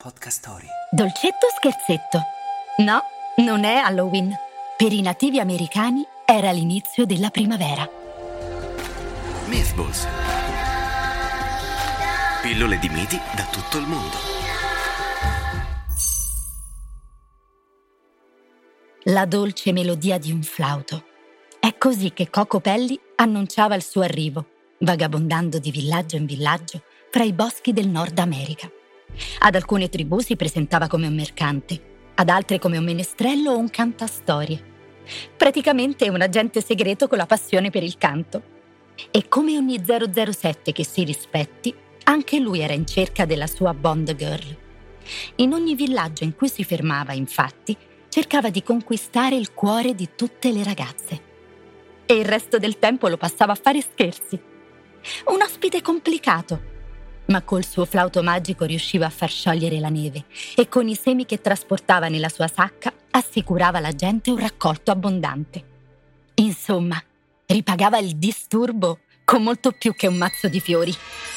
Podcast Story. Dolcetto scherzetto. No, non è Halloween. Per i nativi americani era l'inizio della primavera. Mythballs. Pillole di miti da tutto il mondo. La dolce melodia di un flauto. È così che Coco Pelli annunciava il suo arrivo, vagabondando di villaggio in villaggio fra i boschi del Nord America. Ad alcune tribù si presentava come un mercante, ad altre come un menestrello o un cantastorie. Praticamente un agente segreto con la passione per il canto. E come ogni 007 che si rispetti, anche lui era in cerca della sua Bond Girl. In ogni villaggio in cui si fermava, infatti, cercava di conquistare il cuore di tutte le ragazze. E il resto del tempo lo passava a fare scherzi. Un ospite complicato, ma col suo flauto magico riusciva a far sciogliere la neve e con i semi che trasportava nella sua sacca assicurava alla gente un raccolto abbondante. Insomma, ripagava il disturbo con molto più che un mazzo di fiori.